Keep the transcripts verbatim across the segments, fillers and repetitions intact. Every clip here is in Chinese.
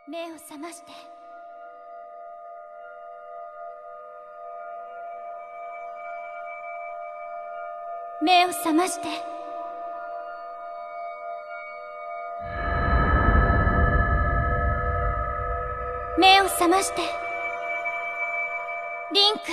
目を覚まして。目を覚まして。目を覚まして。リンク。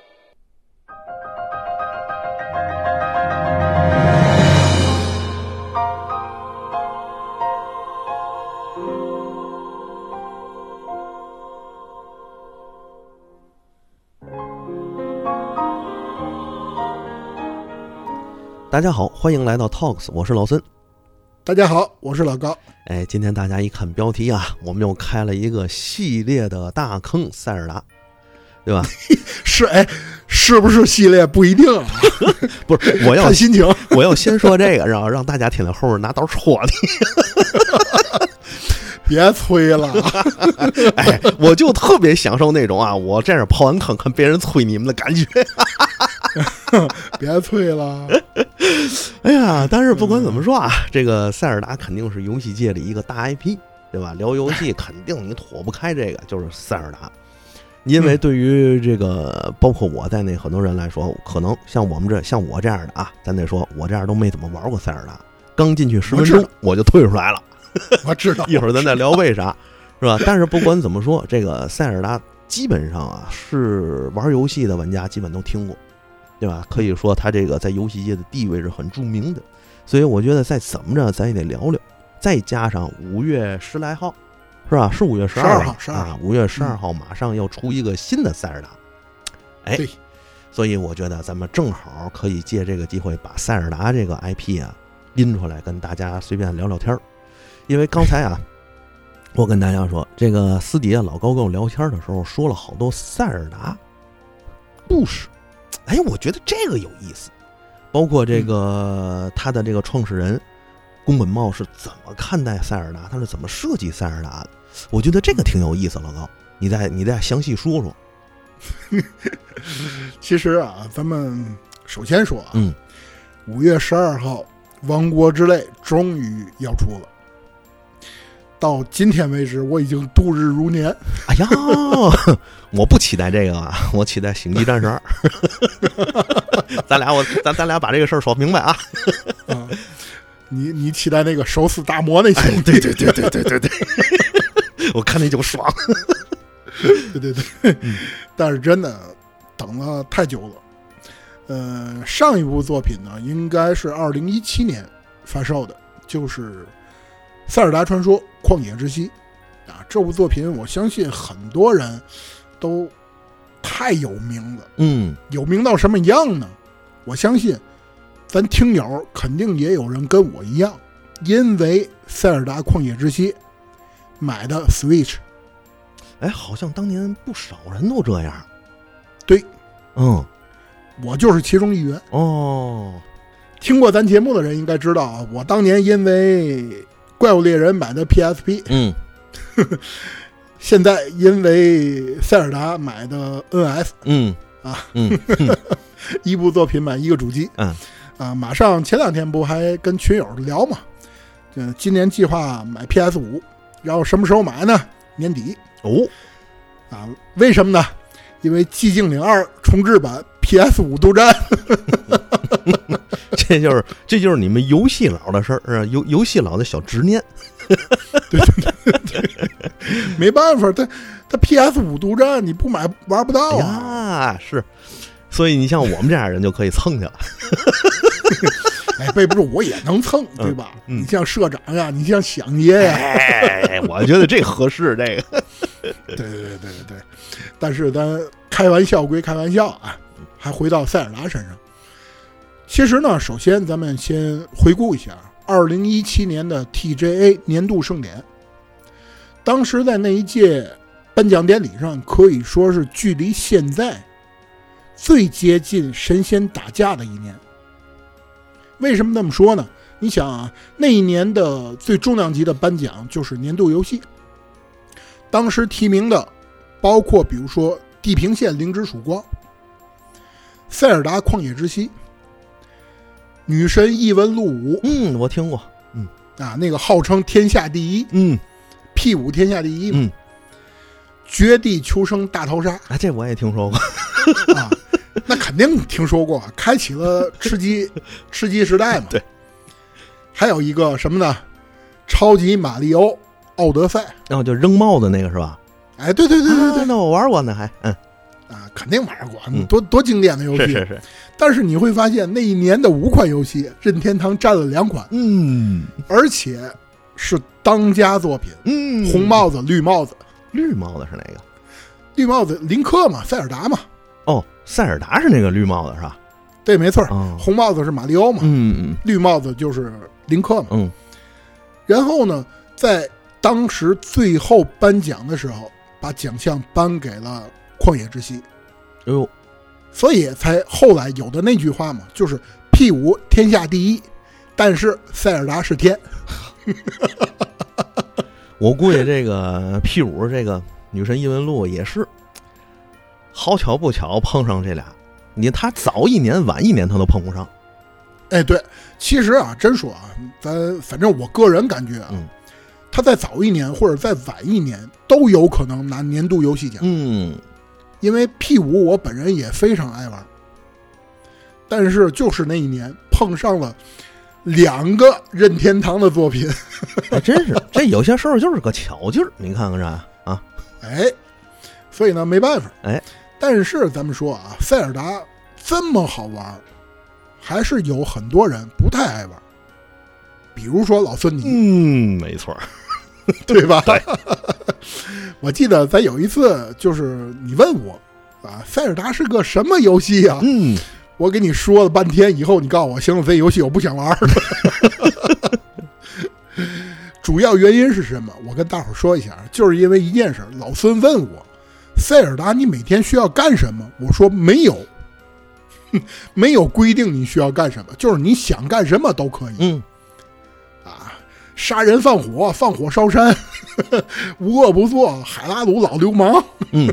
大家好，欢迎来到 Talks， 我是老孙。 大家好，我是老高。 哎，今天大家一看标题啊，我们又开了一个系列的大坑塞尔达，对吧？ 是，哎，是不是系列不一定啊？ 不是，我要看心情。 我要先说这个，然后让大家听到后面拿刀戳你。 别催了。 哎，我就特别享受那种啊，我这样刨完坑看别人催你们的感觉。 别催了。 哎呀，但是不管怎么说啊，这个塞尔达肯定是游戏界的一个大 I P， 对吧？聊游戏肯定你脱不开这个，就是塞尔达。因为对于这个包括我在内很多人来说，可能像我们这像我这样的啊，咱得说我这样都没怎么玩过塞尔达，刚进去十分钟我就退出来了。 我知道。 一会儿咱再聊为啥，是吧？但是不管怎么说，这个塞尔达基本上啊是玩游戏的玩家基本都听过，对吧？可以说他这个在游戏界的地位是很著名的，所以我觉得再怎么着咱也得聊聊。再加上五月十来号，是吧？是五月十二号啊，五月十二号马上要出一个新的塞尔达，哎，所以我觉得咱们正好可以借这个机会把塞尔达这个 I P 啊拎出来跟大家随便聊聊天。因为刚才啊，我跟大家说，这个私底下老高跟我聊天的时候说了好多塞尔达故事，哎，我觉得这个有意思。包括这个他的这个创始人宫本茂是怎么看待塞尔达，他是怎么设计塞尔达的，我觉得这个挺有意思。老高，你再你再详细说说。 其实啊，咱们首先说啊， 嗯， 五月十二号，王国之泪终于要出了。到今天为止，我已经度日如年。 哎呀，我不期待这个啊，我期待星际战士二。咱俩我咱咱俩把这个事儿说明白啊。 啊，你你期待那个手撕大魔那些？ 哎？对对对对对对对，我看那就爽。 对对对，嗯，但是真的等了太久了。呃，上一部作品呢，应该是二零一七年发售的，就是《塞尔达传说：旷野之息》啊。这部作品，我相信很多人都太有名了， 嗯， 有名到什么样呢？我相信咱听友肯定也有人跟我一样，因为《塞尔达：旷野之息》买的 Switch。 哎，好像当年不少人都这样。 对， 嗯， 我就是其中一员。 哦， 听过咱节目的人应该知道啊，我当年因为怪物猎人买的 P S P， 嗯， 现在因为塞尔达买的 N S， 嗯啊， 嗯，嗯一部作品买一个主机， 嗯啊，马上前两天不还跟群友聊嘛，嗯，今年计划买 P S 五，然后什么时候买呢？年底。 哦， 啊，为什么呢？因为寂静岭二重置版 P S 五独占。 这就是这就是你们游戏佬的事儿，游游戏佬的小执念。 对对对对，没办法，他他 P S 五独占，你不买玩不到啊。呀，是，所以你像我们这样人就可以蹭去了。 哎，背不住我也能蹭，对吧？ 嗯嗯、 你像社长呀，你像响爷呀， 哎，我觉得这合适。这个， 对对对对对对。但是咱开玩笑归开玩笑啊，还回到塞尔达身上。其实呢，首先咱们先回顾一下二零一七年的 T G A 年度盛典。当时在那一届颁奖典礼上，可以说是距离现在最接近神仙打架的一年。为什么这么说呢？你想啊，那一年的最重量级的颁奖就是年度游戏，当时提名的包括比如说《地平线：零之曙光》、《塞尔达：旷野之息》、《女神异闻录五》， 嗯，我听过， 嗯啊，那个号称天下第一， 嗯， P 五天下第一嘛， 嗯， 绝地求生大逃杀啊，这我也听说过啊，那肯定听说过，开启了吃鸡吃鸡时代嘛。 对， 还有一个什么呢？超级马里奥奥德赛， 然后就扔帽子那个是吧？ 哎，对对对对对， 啊、那我玩过呢，还嗯啊，肯定玩过， 嗯多多经典的游戏。 是是是， 但是你会发现，那一年的五款游戏，任天堂占了两款， 嗯而且是当家作品。 嗯， 红帽子、绿帽子， 绿帽子是哪个？ 绿帽子林克嘛，塞尔达嘛。 哦，塞尔达是那个绿帽子是吧？ 对，没错。 哦， 红帽子是马里奥嘛， 嗯嗯绿帽子就是林克嘛。 嗯， 然后呢，在当时最后颁奖的时候，把奖项颁给了旷野之息。 哎呦， 所以才后来有的那句话嘛，就是 P 五 天下第一，但是塞尔达是天。 我估计这个 P 五 这个女神异闻录也是好巧不巧碰上这俩，你他早一年晚一年他都碰不上。 哎，对，其实啊，真说啊，咱反正我个人感觉啊， 嗯， 他再早一年或者再晚一年都有可能拿年度游戏奖。 嗯， 因为 P 五 我本人也非常爱玩，但是就是那一年碰上了两个任天堂的作品。 还真是这有些时候就是个巧劲儿，你看看这啊， 哎，所以呢没办法， 哎， 但是咱们说啊，塞尔达这么好玩，还是有很多人不太爱玩，比如说老孙你， 嗯，没错， 对吧？ 对， 我记得咱有一次就是你问我啊，塞尔达是个什么游戏啊？ 嗯， 我给你说了半天以后，你告诉我行了，这游戏我不想玩。主要原因是什么？我跟大伙说一下，就是因为一件事，老孙问我，塞尔达你每天需要干什么？我说没有，没有规定你需要干什么，就是你想干什么都可以。 嗯， 啊，杀人放火，放火烧山，无恶不作，海拉鲁老流氓。 嗯，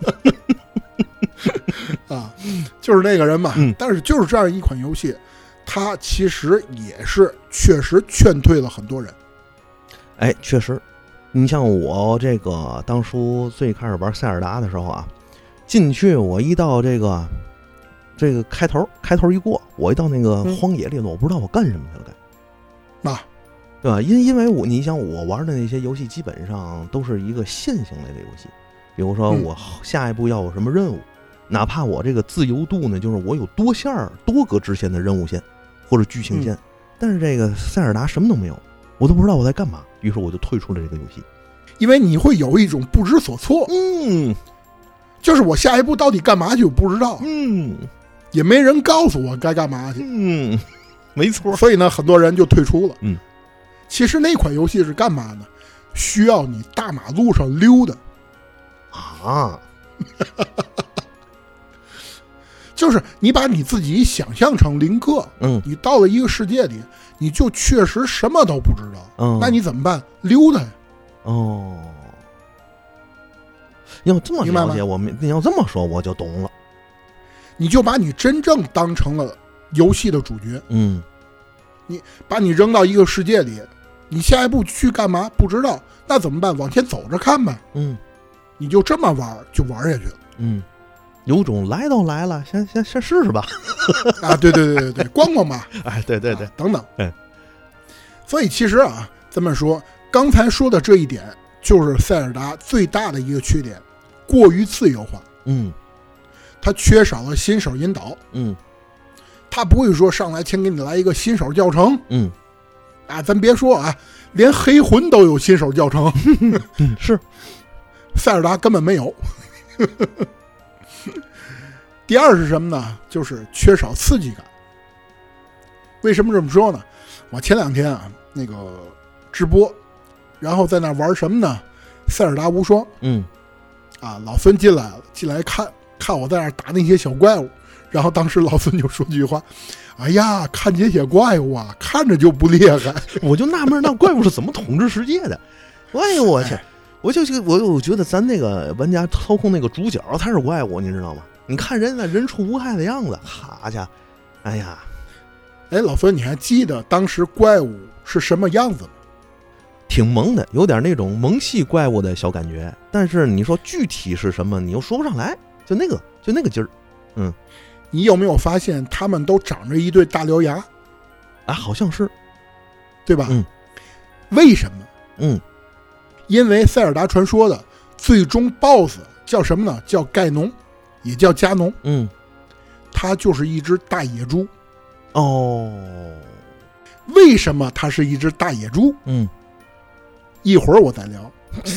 啊，就是那个人嘛。 嗯， 但是就是这样一款游戏，它其实也是确实劝退了很多人。 哎，确实，你像我这个当初最开始玩塞尔达的时候啊，进去我一到这个这个开头开头一过，我一到那个荒野里了，我不知道我干什么去了该。 啊， 对吧？因因为我你想我玩的那些游戏基本上都是一个线性类的游戏，比如说我下一步要有什么任务，嗯、哪怕我这个自由度呢，就是我有多线儿多个支线的任务线或者剧情线，嗯、但是这个塞尔达什么都没有，我都不知道我在干嘛，于是我就退出了这个游戏， 因为你会有一种不知所措， 嗯， 就是我下一步到底干嘛去我不知道， 嗯， 也没人告诉我该干嘛去， 嗯，没错， 所以呢，很多人就退出了， 嗯。 其实那款游戏是干嘛呢？需要你大马路上溜达啊， 就是你把你自己想象成林克， 嗯， 你到了一个世界里，你就确实什么都不知道， 嗯， 那你怎么办？溜达呀。 哦，要这么了解我，你要这么说我就懂了。 你就把你真正当成了游戏的主角， 嗯， 你把你扔到一个世界里。你下一步去干嘛？不知道，那怎么办？往前走着看呗。 嗯， 你就这么玩，就玩下去了。 嗯，有种来都来了，先先先试试吧。 啊，对对对对对，逛逛吧。 哎，对对对， 啊、等等。 嗯， 所以其实啊，咱们说刚才说的这一点，就是塞尔达最大的一个缺点，过于自由化。 嗯， 它缺少了新手引导。 嗯， 它不会说上来先给你来一个新手教程。 嗯。 啊，咱别说啊，连黑魂都有新手教程。 嗯，是， 塞尔达根本没有。第二是什么呢？就是缺少刺激感。为什么这么说呢？我前两天啊，那个直播，然后在那玩什么呢？塞尔达无双。 嗯， 啊，老孙进来了，进来看看我在那打那些小怪物，然后当时老孙就说句话。哎呀，看这些怪物啊，看着就不厉害。 我就纳闷，那怪物是怎么统治世界的？哎呦我去！ 哎、 我就我我觉得咱那个玩家操控那个主角才是怪物，你知道吗？你看人那人畜无害的样子，哈家，哎呀， 哎，老孙，你还记得当时怪物是什么样子吗？ 挺萌的，有点那种萌系怪物的小感觉。但是你说具体是什么，你又说不上来，就那个就那个劲儿。嗯， 你有没有发现他们都长着一对大獠牙啊？好像是， 对吧？ 嗯， 为什么？ 嗯， 因为塞尔达传说的最终 B O S S 叫什么呢？叫盖农，也叫加农。 嗯，它就是一只大野猪。 哦， 为什么它是一只大野猪？ 嗯， 一会儿我再聊。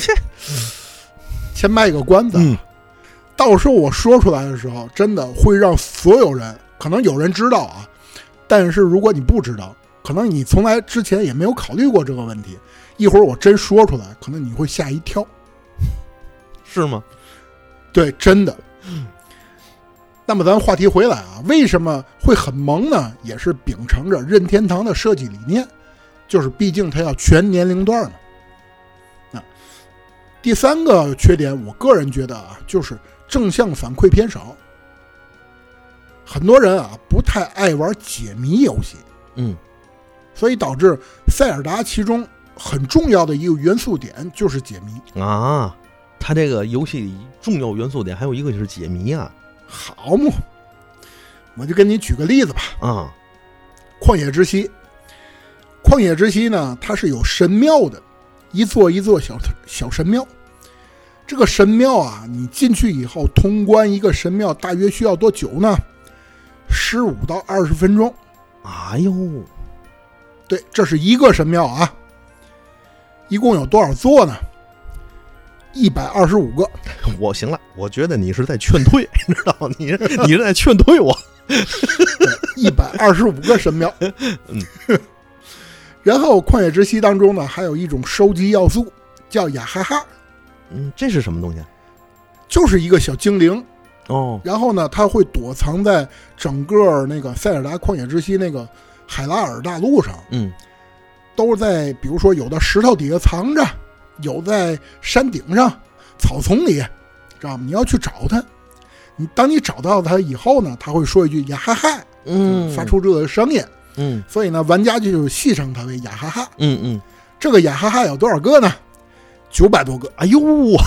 先卖个关子。 嗯， 到时候我说出来的时候，真的会让所有人，可能有人知道啊，但是如果你不知道，可能你从来之前也没有考虑过这个问题，一会儿我真说出来，可能你会吓一跳。 是吗？ 对，真的。那么咱话题回来啊，为什么会很萌呢？也是秉承着任天堂的设计理念，就是毕竟它要全年龄段嘛。那第三个缺点，我个人觉得啊，就是正向反馈偏少。很多人啊不太爱玩解谜游戏， 嗯， 所以导致塞尔达其中很重要的一个元素点就是解谜啊。它这个游戏里重要元素点还有一个就是解谜啊。 好嘛，我就跟你举个例子吧。 啊， 旷野之息，旷野之息呢，它是有神庙的，一座一座小小神庙。这个神庙啊，你进去以后通关一个神庙大约需要多久呢？十五到二十分钟。 哎呦， 对，这是一个神庙啊。一共有多少座呢？一百二十五个。 我行了，我觉得你是在劝退，你知道吗？你你是在劝退我。 一百二十五个神庙。 嗯。 然后旷野之息当中呢，还有一种收集要素叫雅哈哈。 嗯，这是什么东西啊？ 就是一个小精灵。 哦。 然后呢，它会躲藏在整个那个塞尔达旷野之息那个海拉尔大陆上。 嗯。 都在，比如说有的石头底下藏着。有在山顶上草丛里，知道吗？你要去找它，你当你找到它以后呢，他会说一句呀哈哈， 嗯， 发出这个声音， 嗯， 所以呢，玩家就戏称它为呀哈哈， 嗯嗯， 这个呀哈哈有多少个呢？九百多个。 哎呦，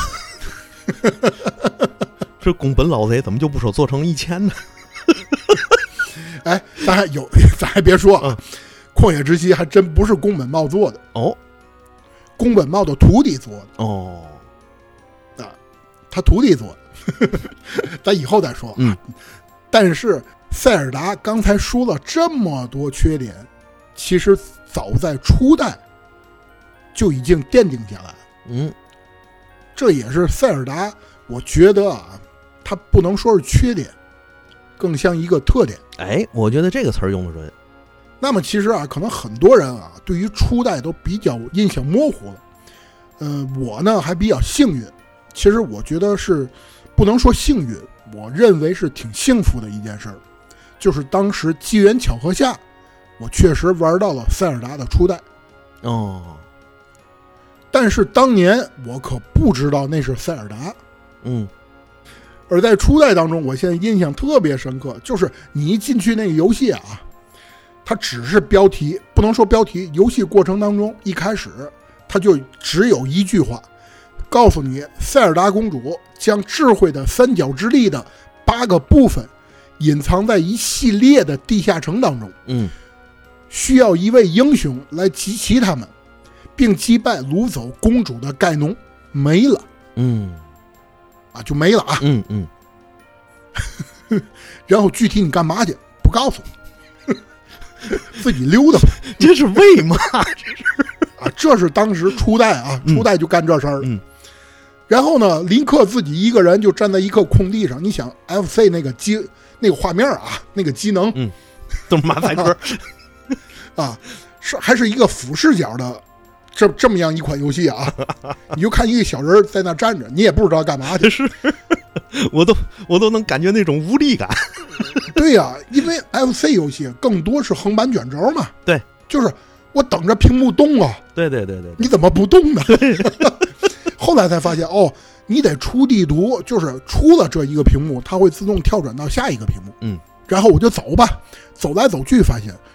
这宫本老贼怎么就不说做成一千呢？ 哎，咱还有，咱还别说啊，旷野之息还真不是宫本茂做的哦。 宫本茂的徒弟做的哦， 啊，他徒弟做的，咱以后再说啊。 嗯， 但是塞尔达刚才说了这么多缺点，其实早在初代就已经奠定下来了。 嗯， 这也是塞尔达，我觉得啊，它不能说是缺点，更像一个特点。 哎，我觉得这个词儿用得准。 那么其实啊，可能很多人啊，对于初代都比较印象模糊了。呃，我呢还比较幸运，其实我觉得是不能说幸运，我认为是挺幸福的一件事儿，就是当时机缘巧合下，我确实玩到了塞尔达的初代。 哦， 但是当年我可不知道那是塞尔达。 嗯， 而在初代当中，我现在印象特别深刻，就是你一进去那个游戏啊。它只是标题，不能说标题。游戏过程当中，一开始它就只有一句话，告诉你塞尔达公主将智慧的三角之力的八个部分隐藏在一系列的地下城当中。 嗯， 需要一位英雄来集齐他们，并击败掳走公主的盖农。没了。 嗯， 啊，就没了啊。 嗯嗯。 然后具体你干嘛去？不告诉你。自己溜达吧， 这是为嘛？这是啊，这是当时初代啊，初代就干这事儿了。 嗯， 然后呢，林克自己一个人就站在一个空地上。你想 F C 那个机那个画面啊，那个机能， 嗯，都是马赛克啊，是还是一个俯视角的这这么样一款游戏啊。你就看一个小人在那站着，你也不知道干嘛去。 是，我都我都能感觉那种无力感。 对呀、啊，因为 F C 游戏更多是横版卷轴嘛。 对， 就是我等着屏幕动啊。 对对对 对, 对， 你怎么不动呢？后来才发现哦，你得出地图，就是出了这一个屏幕，它会自动跳转到下一个屏幕。 嗯， 然后我就走吧，走来走去，发现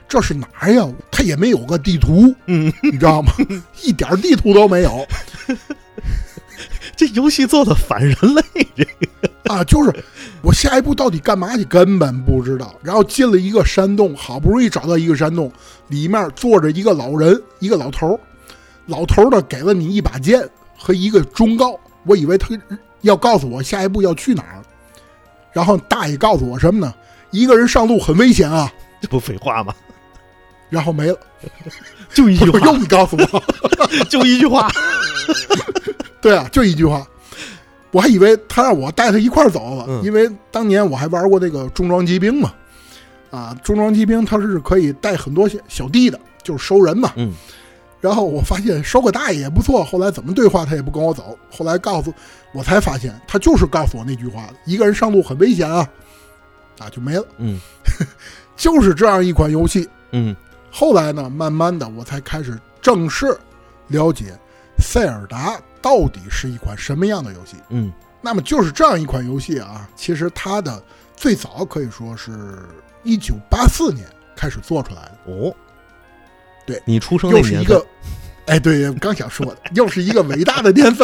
这是哪儿呀？它也没有个地图， 嗯， 你知道吗？一点地图都没有。 这游戏做的反人类，这个啊，就是我下一步到底干嘛去，根本不知道。然后进了一个山洞，好不容易找到一个山洞，里面坐着一个老人，一个老头。老头呢给了你一把剑和一个忠告，我以为他要告诉我下一步要去哪儿。然后大爷告诉我什么呢？一个人上路很危险啊， 这不废话吗？ 然后没了， 就一句话， 用你告诉我， 就一句话。 对啊，就一句话。我还以为他让我带他一块儿走了， 嗯、 因为当年我还玩过那个重装骑兵嘛，啊，重装骑兵他是可以带很多小弟的，就是收人嘛。 嗯。 然后我发现收个大爷也不错，后来怎么对话他也不跟我走，后来告诉我才发现他就是告诉我那句话，一个人上路很危险啊，啊就没了。 嗯， 就是这样一款游戏。 嗯， 后来呢，慢慢的我才开始正式了解塞尔达到底是一款什么样的游戏。 嗯， 那么就是这样一款游戏啊，其实它的最早可以说是一九八四年开始做出来的。 哦， 对， 你出生那年又是一个，哎，对，刚想说的，又是一个伟大的年份。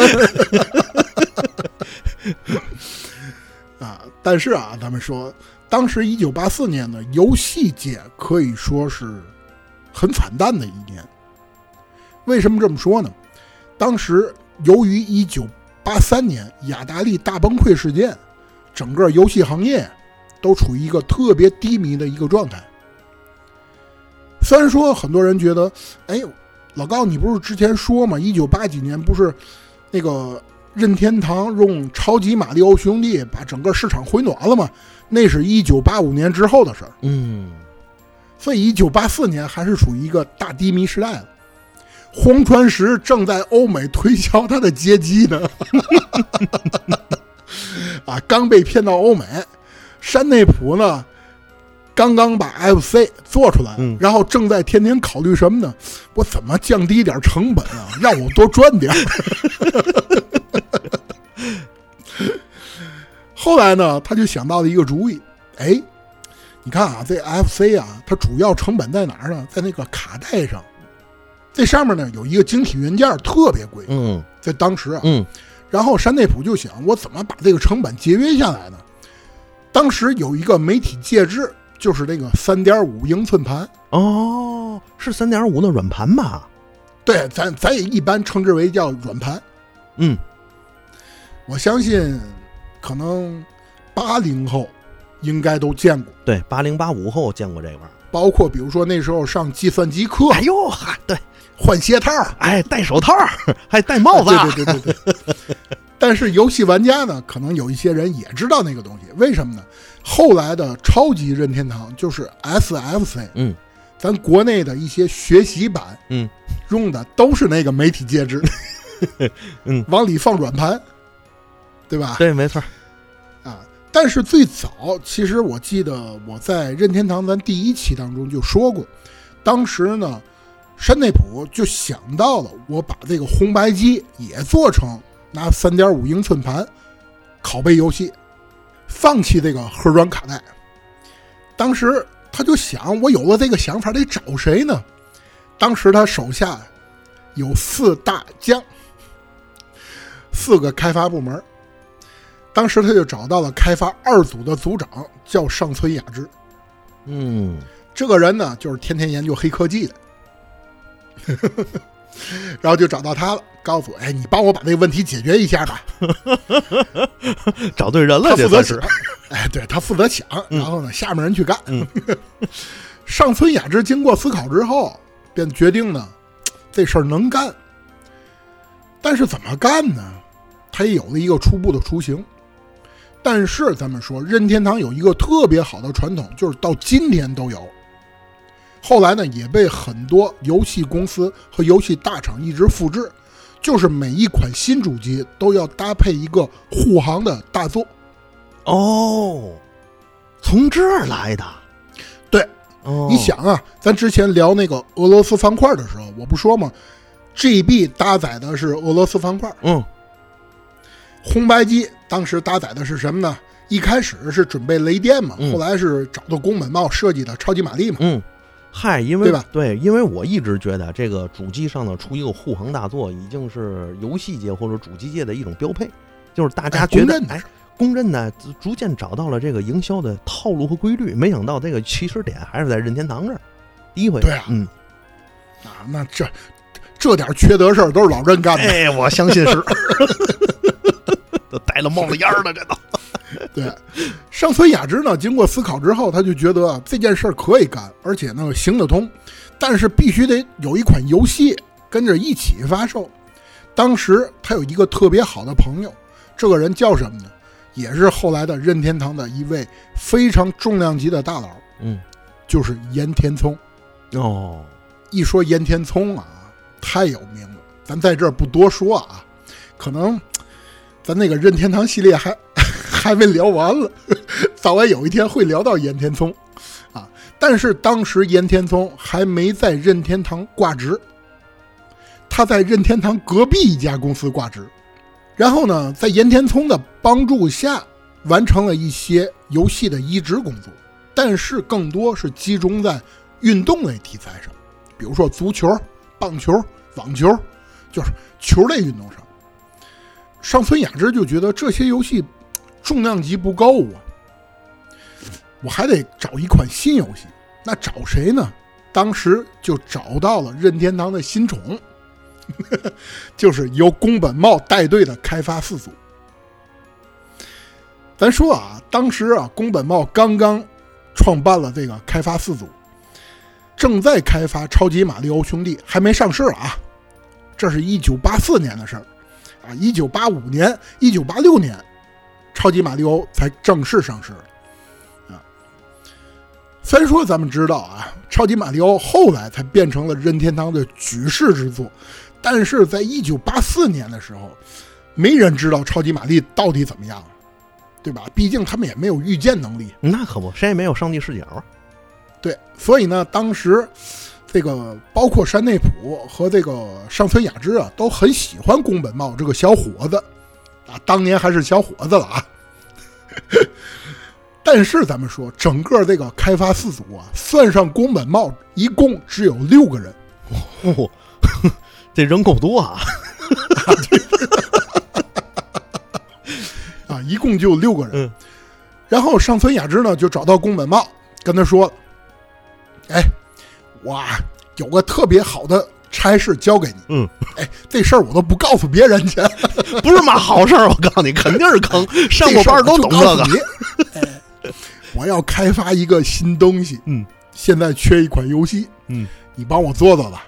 啊，但是啊，咱们说，当时一九八四年呢，游戏界可以说是很惨淡的一年。为什么这么说呢？当时由于一九八三年雅达利大崩溃事件，整个游戏行业都处于一个特别低迷的一个状态。虽然说很多人觉得，哎，老高，你不是之前说嘛，一九八几年不是那个任天堂用超级马里奥兄弟把整个市场回暖了吗？那是一九八五年之后的事儿。 嗯， 所以一九八四年还是处于一个大低迷时代了。荒川石正在欧美推销他的街机呢，啊，刚被骗到欧美。山内溥呢，刚刚把 F C 做出来， 嗯、 然后正在天天考虑什么呢？我怎么降低点成本啊，让我多赚点。后来呢，他就想到了一个主意，哎，你看啊，这 F C 啊，它主要成本在哪儿呢？在那个卡带上。这上面呢有一个晶体元件特别贵， 嗯， 在当时啊， 嗯， 然后山内溥就想，我怎么把这个成本节约下来呢？当时有一个媒体介质，就是那个 三点五 英寸盘。 哦，是 三点五 的软盘吧？ 对，咱咱也一般称之为叫软盘。 嗯， 我相信可能八零后应该都见过。 对，八零八五后见过这玩意儿， 包括比如说那时候上计算机课， 哎呦哈，对。 换鞋套， 哎，戴手套，还戴帽子， 对对对对对。但是游戏玩家呢，可能有一些人也知道那个东西，为什么呢？后来的超级任天堂就是 S F C， 嗯， 咱国内的一些学习版， 嗯， 用的都是那个媒体介质， 嗯， 往里放软盘，对吧？ 对，没错。 啊，但是最早，其实我记得我在任天堂咱第一期当中就说过，当时呢。山内溥就想到了，我把这个红白机也做成拿 三点五 英寸盘拷贝游戏，放弃这个盒装卡带。当时他就想，我有了这个想法得找谁呢？当时他手下有四大将，四个开发部门。当时他就找到了开发二组的组长，叫上村雅之。 嗯， 这个人呢，就是天天研究黑科技的。然后就找到他了，告诉我，哎，你帮我把这个问题解决一下吧。 找对人了， 他负责想，哎，对他负责想，然后呢，嗯、下面人去干。 嗯、 上村雅之经过思考之后，便决定呢，这事儿能干，但是怎么干呢？他也有了一个初步的雏形。但是咱们说，任天堂有一个特别好的传统，就是到今天都有。后来呢，也被很多游戏公司和游戏大厂一直复制，就是每一款新主机都要搭配一个护航的大作。 哦，从这儿来的。 对， 哦， 你想啊，咱之前聊那个俄罗斯方块的时候，我不说吗 ？G B 搭载的是俄罗斯方块。 嗯， 红白机当时搭载的是什么呢？一开始是准备雷电嘛， 嗯、 后来是找到宫本茂设计的超级玛丽嘛。 嗯。 嗨，因为对吧？ 对，因为我一直觉得这个主机上呢出一个护航大作，已经是游戏界或者主机界的一种标配，就是大家觉得哎，公认的逐渐找到了这个营销的套路和规律。没想到这个起始点还是在任天堂这儿，第一回。 对啊， 嗯， 啊，那这这点缺德事儿都是老任干的。 哎，我相信是，都带了冒了烟了，这都。 对，上村雅之呢，经过思考之后，他就觉得这件事可以干，而且呢行得通，但是必须得有一款游戏跟着一起发售。当时他有一个特别好的朋友，这个人叫什么呢？也是后来的任天堂的一位非常重量级的大佬， 嗯， 就是岩田聪。 哦， 一说岩田聪啊，太有名了，咱在这儿不多说啊，可能咱那个任天堂系列还还没聊完了，早晚有一天会聊到岩田聪啊。但是当时岩田聪还没在任天堂挂职，他在任天堂隔壁一家公司挂职。然后呢，在岩田聪的帮助下，完成了一些游戏的移植工作，但是更多是集中在运动类题材上，比如说足球、棒球、网球，就是球类运动上。上村雅之就觉得这些游戏重量级不够啊，我还得找一款新游戏。那找谁呢？当时就找到了任天堂的新宠，就是由宫本茂带队的开发四组。咱说啊，当时啊，宫本茂刚刚创办了这个开发四组，正在开发超级马里奥兄弟，还没上市啊。这是一九八四年的事儿啊，一九八五年、一九八六年，超级马里奥才正式上市啊。虽然说咱们知道啊，超级马里奥后来才变成了任天堂的举世之作，但是在一九八四年的时候，没人知道超级玛丽到底怎么样，对吧？毕竟他们也没有预见能力。 那可不，谁也没有上帝视角啊。 对，所以呢，当时这个包括山内溥和这个上村雅之啊，都很喜欢宫本茂这个小伙子啊，当年还是小伙子了啊。但是咱们说，整个这个开发四组啊，算上宫本茂，一共只有六个人。 哦，这人够多啊！ 啊，一共就六个人。 嗯， 然后上村雅之呢，就找到宫本茂，跟他说：“哎，我有个特别好的差事交给你。 嗯， 哎，这事儿我都不告诉别人去， 不是嘛好事儿，我告诉你，肯定是坑。上过班都懂这个。 哎，我要开发一个新东西， 嗯， 现在缺一款游戏， 嗯， 你帮我做做吧。”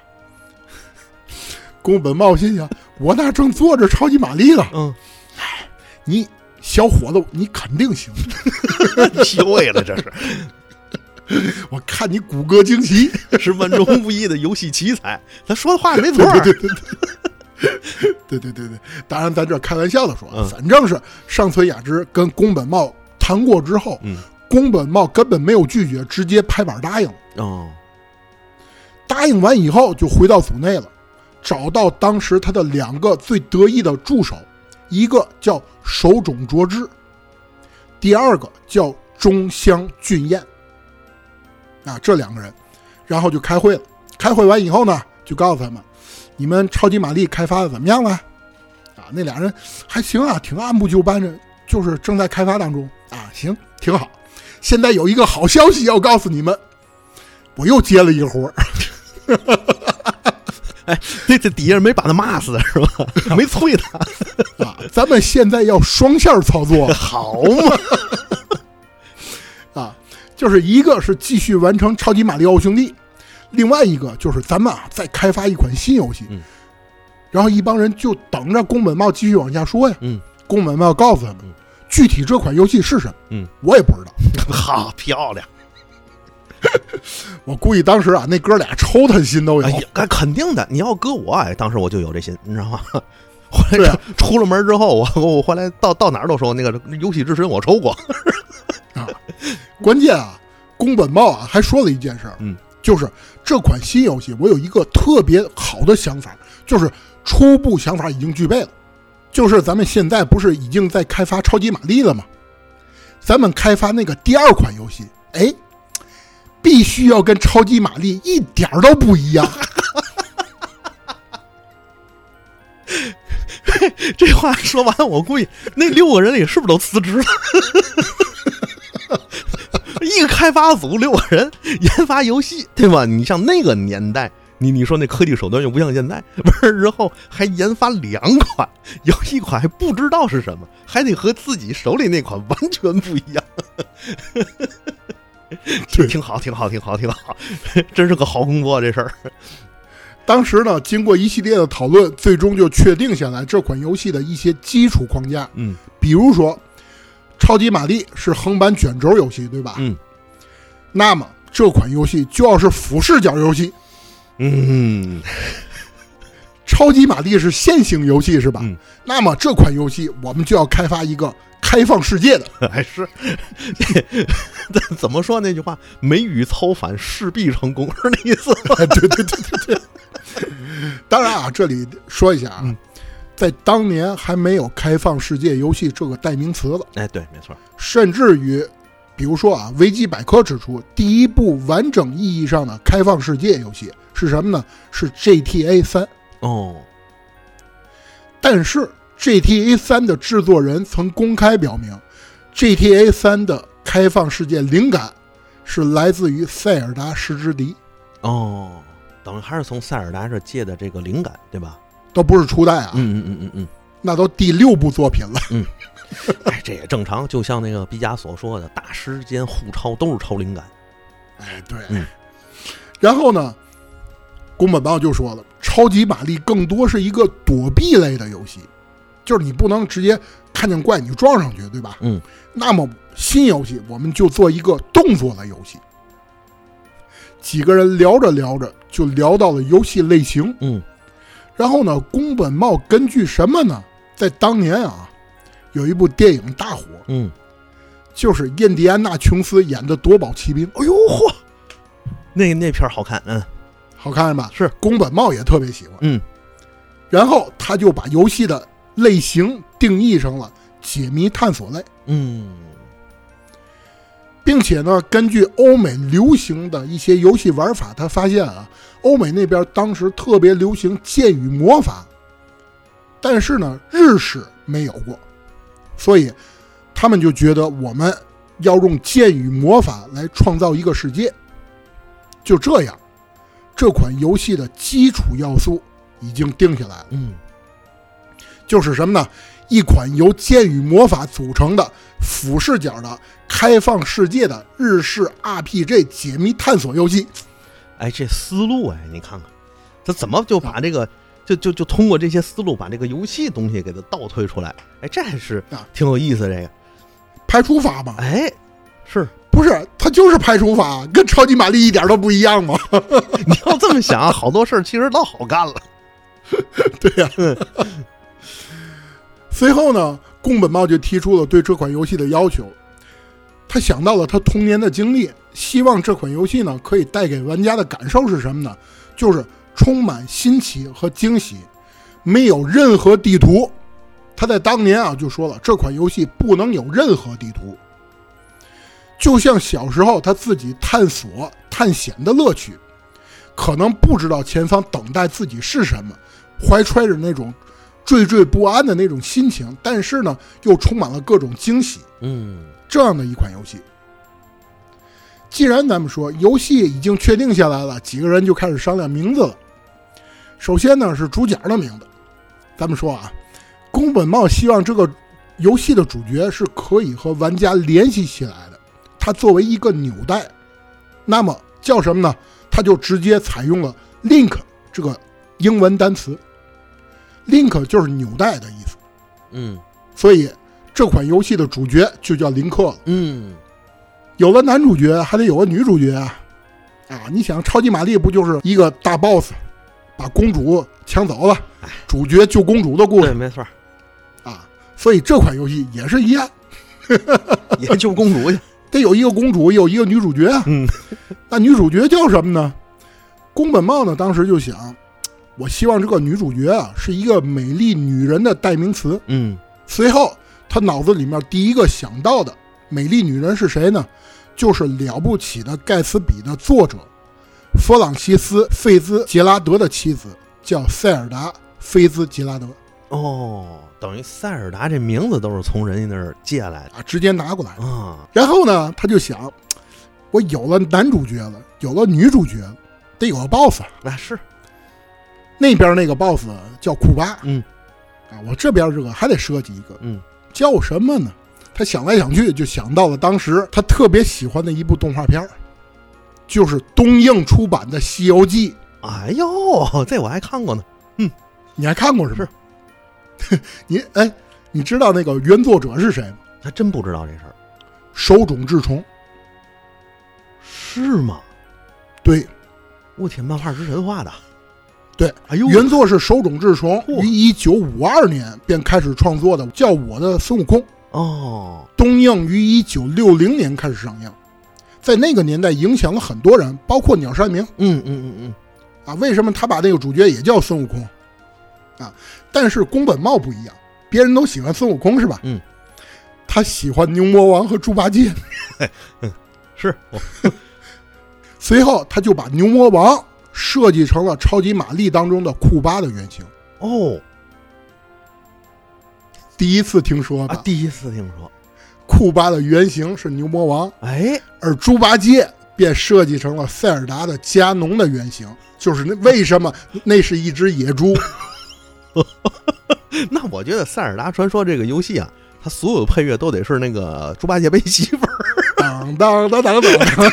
宫本茂心想：我那正做着超级玛丽了， 嗯， 哎，你小伙子，你肯定行， 虚伪了这是。 我看你骨骼惊奇， 是万中无一的游戏奇才。他说的话没错， 对对对对对对对对。当然，咱这开玩笑的说， 嗯、 反正是上村雅之跟宫本茂谈过之后， 嗯， 宫本茂根本没有拒绝，直接拍板答应了。 哦， 答应完以后就回到组内了，找到当时他的两个最得意的助手，一个叫手冢卓之，第二个叫中乡俊彦。啊，这两个人，然后就开会了。开会完以后呢，就告诉他们，你们超级玛丽开发的怎么样了？啊，那俩人还行啊，挺按部就班的，就是正在开发当中啊，行，挺好。现在有一个好消息要告诉你们，我又接了一个活儿。 哎，这这底下人没把他骂死是吧？没催他啊，咱们现在要双线操作， 好嘛？ 啊。就是一个是继续完成超级马里奥兄弟，另外一个就是咱们啊再开发一款新游戏。 嗯， 然后一帮人就等着宫本茂继续往下说呀。 嗯， 宫本茂告诉他们，嗯、具体这款游戏是什么， 嗯， 我也不知道。 好漂亮！ 我估计当时啊，那哥俩抽他心都有。 哎呀，肯定的。你要搁我，哎，当时我就有这心，你知道吗？后来、 啊、 出了门之后，我我后来到到哪儿都说那个游戏之神我抽过。 啊，关键啊，宫本茂啊还说了一件事， 嗯， 就是这款新游戏我有一个特别好的想法，就是初步想法已经具备了，就是咱们现在不是已经在开发超级玛丽了吗？咱们开发那个第二款游戏，哎， 必须要跟超级玛丽一点都不一样。 这话说完，我估计那六个人里是不是都辞职了？一个开发组六个人研发游戏，对吧？你像那个年代，你你说那科技手段又不像现在，完之后还研发两款，有一款还不知道是什么，还得和自己手里那款完全不一样。挺挺好，挺好，挺好，挺好，真是个好工作这事儿。 当时呢，经过一系列的讨论，最终就确定下来这款游戏的一些基础框架。 嗯， 比如说，超级玛丽是横版卷轴游戏，对吧？ 嗯， 那么这款游戏就要是俯视角游戏。 嗯， 超级玛丽是线性游戏，是吧？ 嗯， 那么这款游戏我们就要开发一个开放世界的。 还是怎么说那句话？梅雨操反，势必成功，是那意思。 对对对对对。当然啊，这里说一下啊， 嗯、 在当年还没有开放世界游戏这个代名词了。 哎，对，没错。 甚至于，比如说啊，维基百科指出，第一部完整意义上的开放世界游戏是什么呢？是 G T A 三。 哦。 但是 G T A 三的制作人曾公开表明 ，G T A 三的开放世界灵感是来自于塞尔达十之敌。 哦。等于还是从塞尔达这借的这个灵感，对吧？ 都不是初代啊， 嗯嗯嗯嗯嗯， 那都第六部作品了。 嗯，哎，这也正常，就像那个毕加索说的，大师间互抄都是抄灵感。 哎，对。 嗯。 然后呢，宫本茂就说了，超级玛丽更多是一个躲避类的游戏，就是你不能直接看见怪你撞上去，对吧？ 嗯。 那么新游戏我们就做一个动作的游戏。几个人聊着聊着就聊到了游戏类型， 嗯， 然后呢，宫本茂根据什么呢？在当年啊，有一部电影大火， 嗯， 就是印第安纳琼斯演的《夺宝奇兵》。 哎呦嚯，那那片好看，嗯， 好看吧？ 是， 宫本茂也特别喜欢， 嗯， 然后他就把游戏的类型定义成了解谜探索类， 嗯。 并且呢，根据欧美流行的一些游戏玩法，他发现啊，欧美那边当时特别流行剑与魔法，但是呢，日式没有过，所以他们就觉得我们要用剑与魔法来创造一个世界。就这样，这款游戏的基础要素已经定下来了。 嗯， 就是什么呢？一款由剑与魔法组成的俯视角的开放世界的日式 R P G 解谜探索游戏。 哎，这思路哎，你看看，他怎么就把这个，就就就通过这些思路把这个游戏东西给它倒推出来？哎，这还是挺有意思。这个排除法嘛， 哎，是不是？它就是排除法，跟超级玛丽一点都不一样嘛。 你要这么想，好多事儿其实都好干了。 对呀、啊。随后呢，宫本茂就提出了对这款游戏的要求。他想到了他童年的经历，希望这款游戏呢可以带给玩家的感受是什么呢？就是充满新奇和惊喜，没有任何地图。他在当年啊就说了，这款游戏不能有任何地图，就像小时候他自己探索探险的乐趣，可能不知道前方等待自己是什么，怀揣着那种惴惴不安的那种心情，但是呢又充满了各种惊喜。 嗯， 这样的一款游戏。既然咱们说游戏已经确定下来了，几个人就开始商量名字了。首先呢是主角的名字。咱们说啊，宫本茂希望这个游戏的主角是可以和玩家联系起来的，它作为一个纽带，那么叫什么呢？他就直接采用了 link 这个英文单词。link 就是纽带的意思。 嗯， 所以这款游戏的主角就叫林克了。 嗯， 有了男主角还得有个女主角啊！啊，你想超级玛丽不就是一个大 boss 把公主抢走了，主角救公主的故事？ 对，没错。 啊，所以这款游戏也是一样， 也救公主去， 得有一个公主，有一个女主角啊。 嗯， 那女主角叫什么呢？宫本茂呢当时就想，我希望这个女主角啊是一个美丽女人的代名词。 嗯， 随后他脑子里面第一个想到的美丽女人是谁呢？ 就是了不起的盖茨比的作者弗朗西斯·费兹杰拉德的妻子，叫塞尔达·菲兹杰拉德。 哦，等于塞尔达这名字都是从人家那儿借来的啊，直接拿过来的啊。 然后呢，他就想，我有了男主角了，有了女主角了，得有个 boss。 那、啊、是那边那个 boss 叫库巴， 嗯， 啊，我这边这个还得设计一个， 嗯， 叫什么呢？他想来想去，就想到了当时他特别喜欢的一部动画片，就是东映出版的《西游记》。 哎呦，这我还看过呢。嗯， 你还看过是不是？你哎，你知道那个原作者是谁吗？ 还真不知道这事儿。 手冢治虫。 是吗？ 对， 我天，漫画之神画的。 对， 哎呦， 原作是手冢治虫于一九五二年便开始创作的，叫我的孙悟空。 哦， 东映于一九六零年开始上映，在那个年代影响了很多人，包括鸟山明。 嗯嗯嗯嗯。 啊，为什么他把那个主角也叫孙悟空？啊，但是宫本茂不一样，别人都喜欢孙悟空是吧？ 嗯， 他喜欢牛魔王和猪八戒。 嗯，是。 随后他就把牛魔王设计成了超级玛丽当中的库巴的原型。 哦， 第一次听说吧？ 啊，第一次听说， 库巴的原型是牛魔王， 哎， 而猪八戒便设计成了塞尔达的加农的原型。就是那为什么那是一只野猪？ 那我觉得《塞尔达传说》这个游戏啊，它所有配乐都得是那个猪八戒背媳妇儿。 当当当当当。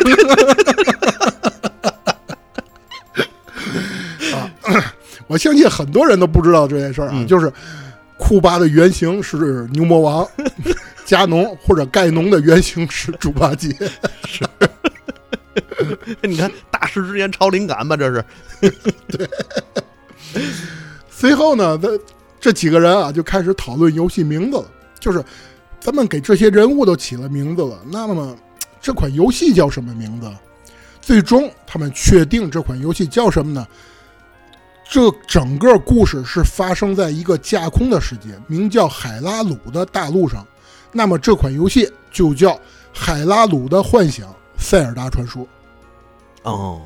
啊，我相信很多人都不知道这件事儿啊，嗯、就是库巴的原型是牛魔王，加农或者盖农的原型是猪八戒。 是。你看，大师之言超灵感吧，这是。 对。随后呢，这这几个人啊就开始讨论游戏名字了，就是咱们给这些人物都起了名字了，那么这款游戏叫什么名字？最终他们确定这款游戏叫什么呢？这整个故事是发生在一个架空的世界，名叫海拉鲁的大陆上。那么这款游戏就叫《海拉鲁的幻想：塞尔达传说》。 哦。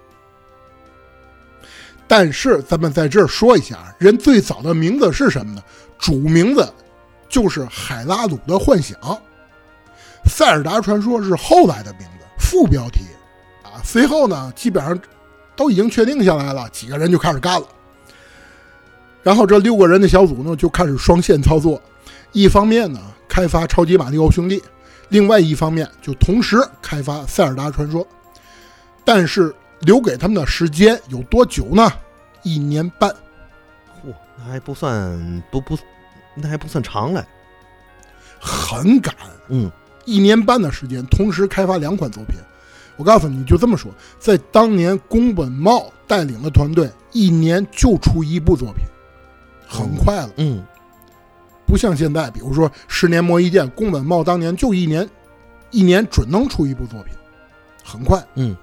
但是咱们在这儿说一下，人最早的名字是什么呢？主名字就是海拉鲁的幻想，塞尔达传说是后来的名字，副标题啊。随后呢，基本上都已经确定下来了，几个人就开始干了。然后这六个人的小组呢，就开始双线操作，一方面呢开发超级马里奥兄弟，另外一方面就同时开发塞尔达传说。但是留给他们的时间有多久呢？一年半。 嚯，那还不算不不，那还不算长嘞， 很赶。 嗯， 一年半的时间，同时开发两款作品。我告诉你，就这么说，在当年宫本茂带领的团队，一年就出一部作品，很快了。 嗯， 不像现在，比如说十年磨一剑，宫本茂当年就一年，一年准能出一部作品，很快。 嗯。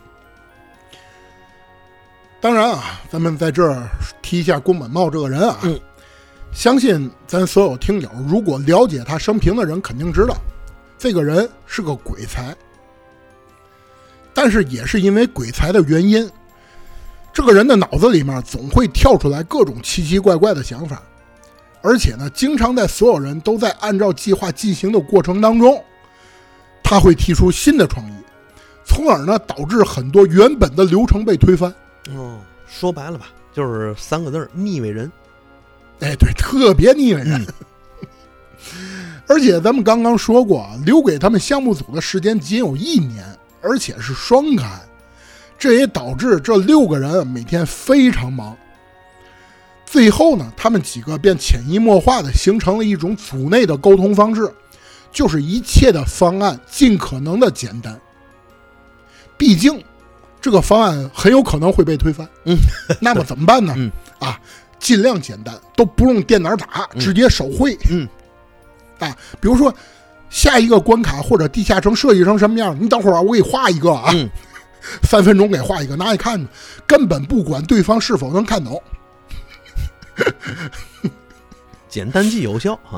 当然啊，咱们在这儿提一下宫本茂这个人啊， 嗯， 相信咱所有听友如果了解他生平的人肯定知道，这个人是个鬼才。但是也是因为鬼才的原因，这个人的脑子里面总会跳出来各种奇奇怪怪的想法，而且呢，经常在所有人都在按照计划进行的过程当中，他会提出新的创意，从而呢导致很多原本的流程被推翻。 哦，说白了吧，就是三个字：腻味人。 哎，对，特别腻味人。嗯、而且咱们刚刚说过，留给他们项目组的时间仅有一年，而且是双开，这也导致这六个人每天非常忙。最后呢，他们几个便潜移默化地形成了一种组内的沟通方式，就是一切的方案尽可能的简单。毕竟这个方案很有可能会被推翻， 嗯， 那么怎么办呢？ 嗯啊，尽量简单，都不用电脑打，直接手绘， 嗯， 啊，比如说下一个关卡或者地下城设计成什么样，你等会儿我给你画一个啊， 嗯、 三分钟给画一个，拿一看，根本不管对方是否能看懂， 简单既有效啊，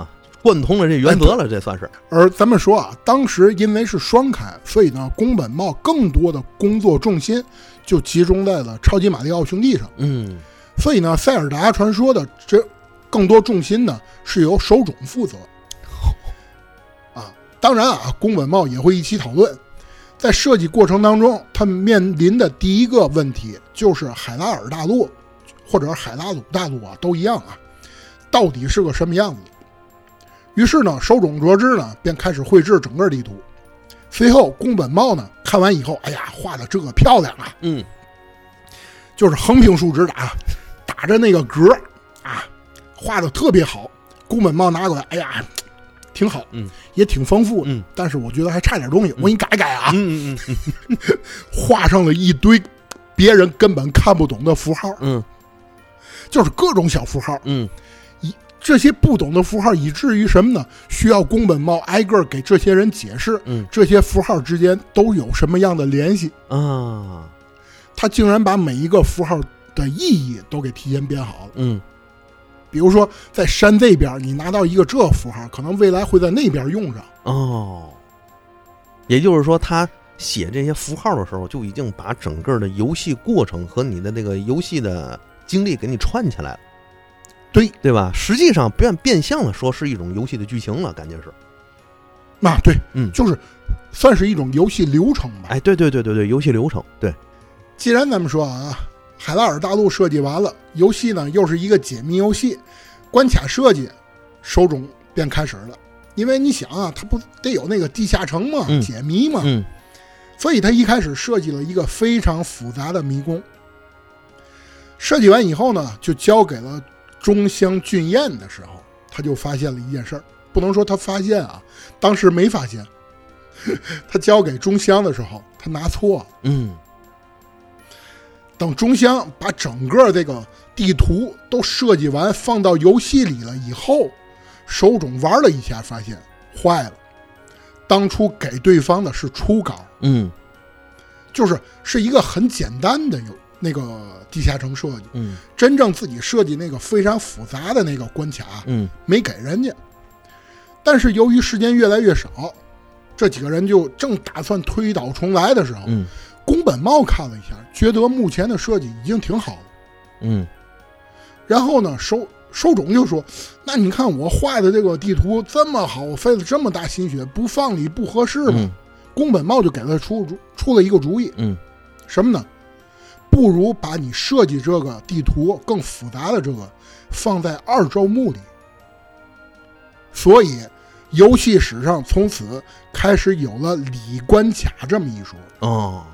贯通了这原则了，这算是。 而咱们说啊，当时因为是双开，所以呢，宫本茂更多的工作重心就集中在了超级马里奥兄弟上。 嗯， 所以呢，塞尔达传说的这更多重心呢是由手冢负责。啊，当然啊，宫本茂也会一起讨论。在设计过程当中，他们面临的第一个问题就是海拉尔大陆或者海拉鲁大陆啊，都一样啊，到底是个什么样子？于是呢，手冢卓之呢便开始绘制整个地图。随后，宫本茂呢看完以后，哎呀，画的这个漂亮啊， 嗯， 就是横平竖直打，打着那个格啊，画的特别好。宫本茂拿过来，哎呀，挺好， 嗯， 也挺丰富， 嗯， 但是我觉得还差点东西，我给你改改啊， 嗯嗯嗯， 画上了一堆别人根本看不懂的符号， 嗯， 就是各种小符号， 嗯。 这些不懂的符号以至于什么呢？需要宫本茂挨个给这些人解释， 嗯， 这些符号之间都有什么样的联系啊？ 他竟然把每一个符号的意义都给提前编好了。 嗯， 比如说在山这边，你拿到一个这符号，可能未来会在那边用上。 哦，也就是说，他写这些符号的时候，就已经把整个的游戏过程和你的那个游戏的经历给你串起来了。 对对吧？实际上变变相的说是一种游戏的剧情了，感觉是。 啊，对， 嗯， 就是算是一种游戏流程吧。 哎，对对对对对，游戏流程。对， 既然咱们说啊，海拉尔大陆设计完了，游戏呢又是一个解谜游戏，关卡设计手冢便开始了。因为你想啊，它不得有那个地下城嘛， 嗯、 解谜嘛， 嗯， 所以他一开始设计了一个非常复杂的迷宫。设计完以后呢，就交给了中乡俊彦的时候，他就发现了一件事儿，不能说他发现啊，当时没发现。他交给中乡的时候，他拿错了。 嗯， 等中乡把整个这个地图都设计完，放到游戏里了以后，手冢玩了一下，发现坏了。当初给对方的是初稿， 嗯， 就是是一个很简单的有那个地下城设计， 嗯， 真正自己设计那个非常复杂的那个关卡， 嗯， 没给人家。但是由于时间越来越少，这几个人就正打算推倒重来的时候， 嗯， 宫本茂看了一下，觉得目前的设计已经挺好了， 嗯， 然后呢，手手冢就说：“那你看我画的这个地图这么好，我费了这么大心血，不放里不合适吗？” 嗯、 宫本茂就给他出出了一个主意， 嗯， 什么呢？不如把你设计这个地图更复杂的这个放在二周目里。所以游戏史上从此开始有了里关卡这么一说。 哦，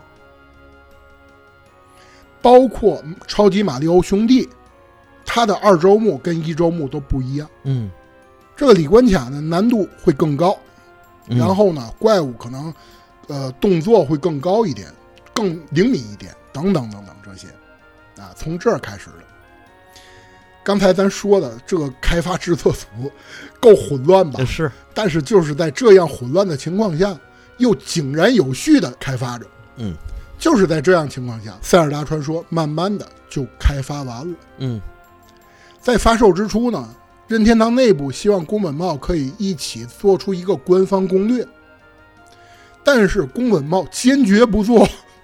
包括超级马里奥兄弟，它的二周目跟一周目都不一样。 嗯， 这个里关卡呢难度会更高， 嗯、 然后呢怪物可能呃动作会更高一点，更灵敏一点，等等等等这些啊，从这儿开始的。刚才咱说的这个开发制作组够混乱吧？ 是， 但是就是在这样混乱的情况下，又井然有序的开发着。 嗯， 就是在这样情况下，塞尔达传说慢慢的就开发完了。 嗯， 在发售之初呢，任天堂内部希望宫本茂可以一起做出一个官方攻略，但是宫本茂坚决不做。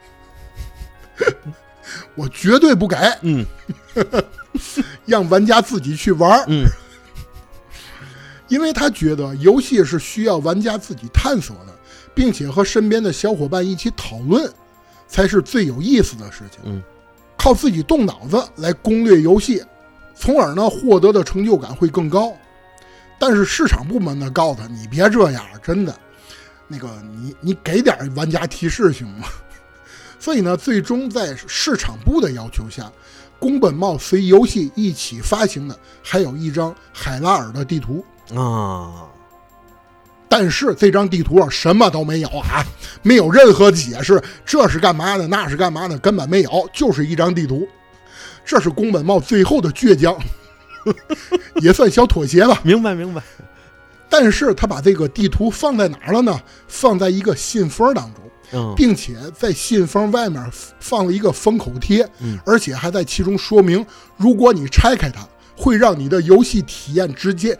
我绝对不改， 嗯， 让玩家自己去玩， 嗯， 因为他觉得游戏是需要玩家自己探索的，并且和身边的小伙伴一起讨论，才是最有意思的事情。 嗯， 靠自己动脑子来攻略游戏，从而呢获得的成就感会更高。但是市场部门呢告诉他，你别这样，真的，那个你你给点玩家提示行吗？所以呢，最终在市场部的要求下，宫本茂随游戏一起发行的还有一张海拉尔的地图啊。 但是这张地图啊什么都没有啊，没有任何解释，这是干嘛的，那是干嘛的，根本没有，就是一张地图。这是宫本茂最后的倔强，也算小妥协吧。 明白明白。 但是他把这个地图放在哪儿了呢？放在一个信封当中。 嗯、 并且在信封外面放了一个封口贴、 嗯、 而且还在其中说明，如果你拆开它，会让你的游戏体验直接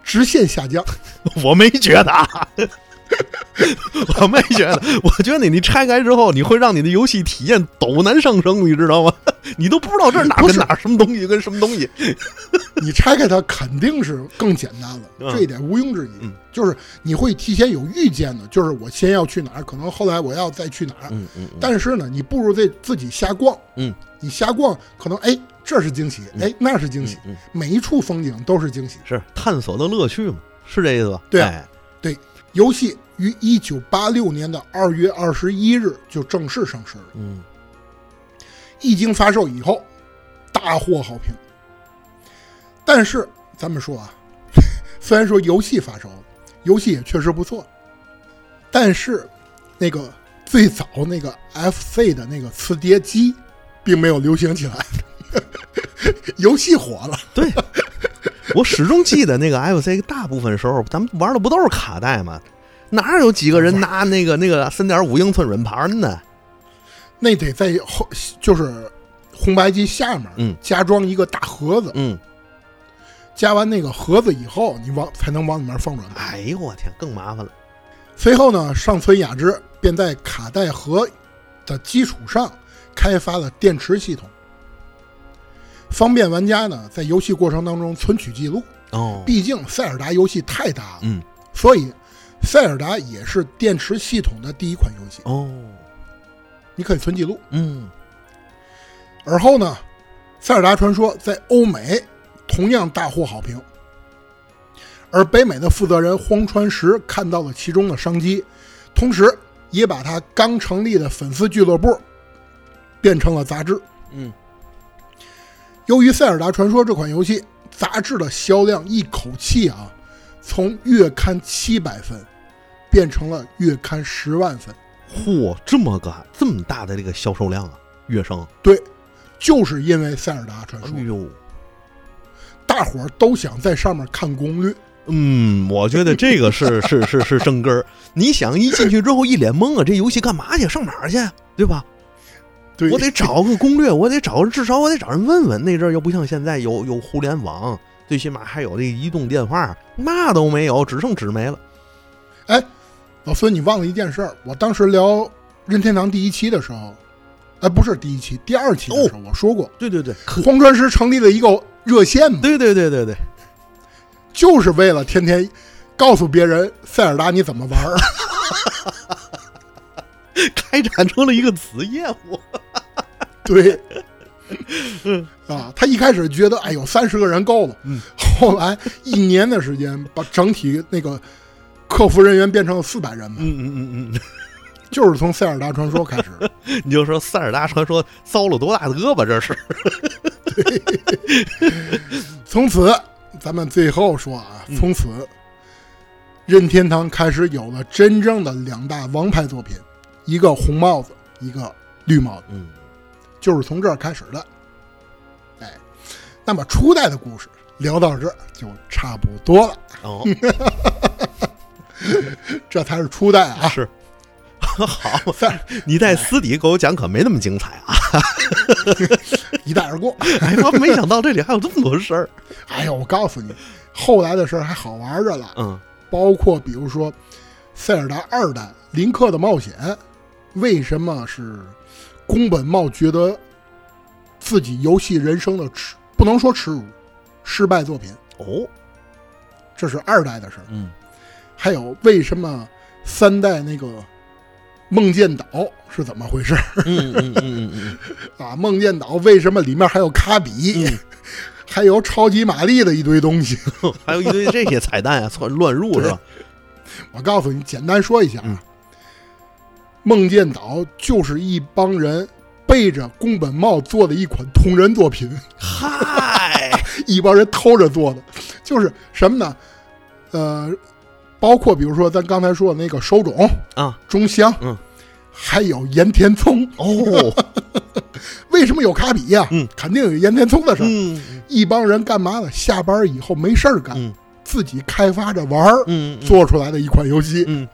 直线下降。 我没觉得啊。我没觉得，我觉得你拆开之后，你会让你的游戏体验陡然上升，你知道吗？你都不知道这是哪跟哪，什么东西跟什么东西。 你拆开它肯定是更简单了， 嗯、 这一点毋庸置疑。 嗯、 就是你会提前有预见的，就是我先要去哪儿，可能后来我要再去哪儿。 嗯嗯嗯、 但是呢，你不如在自己瞎逛。 嗯， 你瞎逛，可能哎这是惊喜， 嗯、 哎那是惊喜、 嗯嗯， 每一处风景都是惊喜， 是探索的乐趣嘛？是这意思吧？ 对、啊哎、 对，游戏于一九八六年的二月二十一日就正式上市了。 嗯， 一经发售以后，大获好评。但是咱们说啊，虽然说游戏发售了，游戏也确实不错，但是那个最早那个 F C 的那个磁碟机并没有流行起来，游戏火了。 对。我始终记得那个 F C 大部分时候咱们玩的不都是卡带吗？哪有几个人拿那个那个 三点五 英寸软盘呢？ 那得在后就是红白机下面嗯加装一个大盒子， 嗯， 加完那个盒子以后，你往才能往里面放软盘。 哎呦我天，更麻烦了。 随后呢，上村雅之便在卡带盒的基础上开发了电池系统，方便玩家呢在游戏过程当中存取记录。 哦， 毕竟塞尔达游戏太大了， 嗯， 所以塞尔达也是电池系统的第一款游戏。 哦， 你可以存记录。 嗯， 而后呢，塞尔达传说在欧美同样大获好评，而北美的负责人荒川石看到了其中的商机，同时也把他刚成立的粉丝俱乐部变成了杂志。 嗯， 由于塞尔达传说这款游戏杂志的销量一口气啊，从月刊七百分变成了月刊十万分。 嚯，这么个这么大的这个销售量啊，跃升。 对，就是因为塞尔达传说。 哎呦， 大伙儿都想在上面看攻略。 嗯，我觉得这个是是是是正根儿。你想一进去之后一脸懵啊，这游戏干嘛去？上哪儿去？对吧？ 对， 我得找个攻略，我得找，至少我得找人问问。那阵儿又不像现在有有互联网，最起码还有这移动电话，那都没有，只剩纸媒了。 哎，老孙，你忘了一件事儿，我当时聊任天堂第一期的时候，哎，不是第一期，第二期的时候、哦、我说过， 对对对， 荒川石成立了一个热线嘛， 对对对对对， 就是为了天天告诉别人塞尔达你怎么玩儿。 开展出了一个子业务。 对，嗯啊，他一开始觉得哎呦三十个人够了， 嗯， 后来一年的时间把整体那个客服人员变成了四百人嘛， 嗯嗯嗯嗯， 就是从塞尔达传说开始。 你就说塞尔达传说遭了多大的胳膊，这是。 对，从此咱们最后说啊，从此、嗯、任天堂开始有了真正的两大王牌作品，一个红帽子，一个绿帽子， 嗯，就是从这儿开始的。哎，那么初代的故事聊到这儿就差不多了。 哦， 这才是初代啊。 是。好，你在私底给我讲可没那么精彩啊。 一带而过。 哎，我没想到这里还有这么多事儿。 哎呦，我告诉你，后来的事儿还好玩着了。 嗯， 包括比如说塞尔达二代林克的冒险，为什么是宫本茂觉得自己游戏人生的耻，不能说耻辱，失败作品。 哦， 这是二代的事儿。 嗯， 还有为什么三代那个梦见岛是怎么回事？ 嗯嗯嗯嗯嗯啊，梦见岛为什么里面还有卡比， 嗯、 还有超级玛丽的一堆东西， 还有一堆这些彩蛋啊，乱乱入是吧？ 我告诉你，简单说一下啊， 嗯、 梦见岛就是一帮人背着宫本茂做的一款同人作品。 嗨， 一帮人偷着做的，就是什么呢？呃。包括比如说咱刚才说的那个手冢啊， 中香， 嗯， 还有岩田聪哦。 为什么有卡比呀、啊？ 嗯， 肯定有岩田聪的事儿。 嗯， 一帮人干嘛呢？下班以后没事儿干、 嗯， 自己开发着玩儿、 嗯嗯， 做出来的一款游戏。 嗯，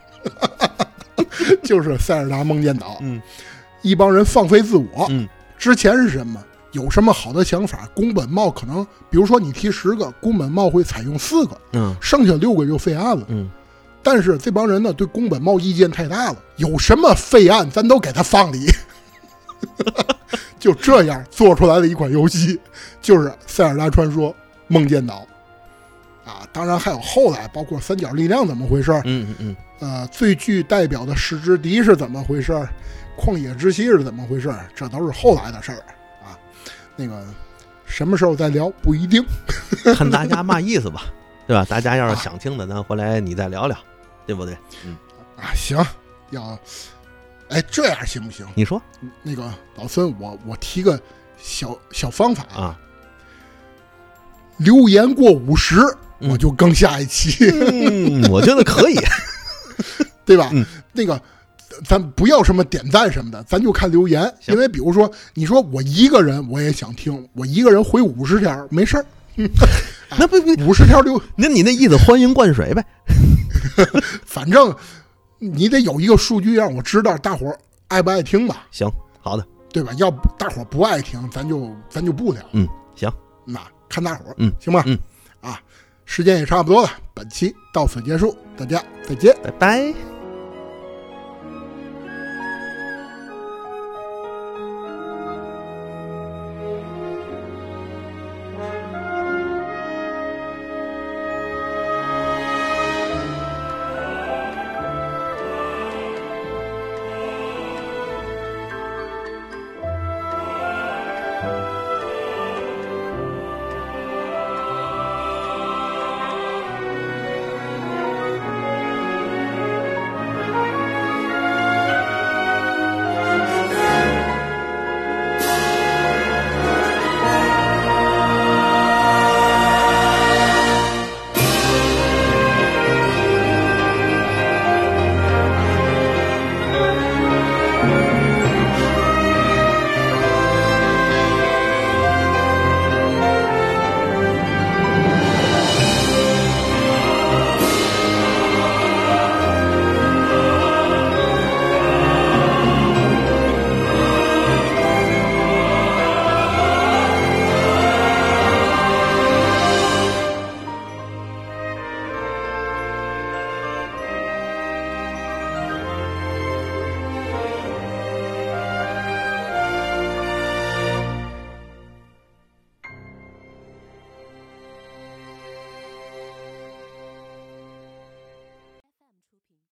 就是塞尔达梦见岛。 嗯， 一帮人放飞自我。 嗯， 之前是什么？ 有什么好的想法，宫本茂可能比如说你提十个，宫本茂会采用四个， 嗯， 剩下六个就废案了， 嗯。 但是这帮人呢，对宫本茂意见太大了，有什么废案咱都给他放里，就这样做出来的一款游戏，就是《塞尔达传说：梦见岛》啊。当然还有后来，包括三角力量怎么回事， 嗯嗯嗯， 呃，最具代表的石之笛是怎么回事，旷野之息是怎么回事，这都是后来的事儿啊。那个什么时候再聊不一定， 看大家嘛意思吧，对吧？大家要是想听的，咱回来你再聊聊。对不对？嗯啊，行，要，哎，这样行不行？ 你说， 那个老孙，我我提个小小方法啊， 留言过五十、 嗯， 我就更下一期。 嗯，我觉得可以， 对吧？ 嗯， 那个，咱不要什么点赞什么的，咱就看留言。因为比如说，你说我一个人我也想听，我一个人回五十条没事儿。 那不不五十条留， 那你那意思欢迎灌水呗？ 反正你得有一个数据让我知道大伙儿爱不爱听吧。 行，好的， 对吧？要不大伙儿不爱听，咱就咱就不聊。 嗯，行， 那看大伙儿， 嗯， 行吧？ 嗯， 啊，时间也差不多了，本期到此结束，大家再见， 拜拜。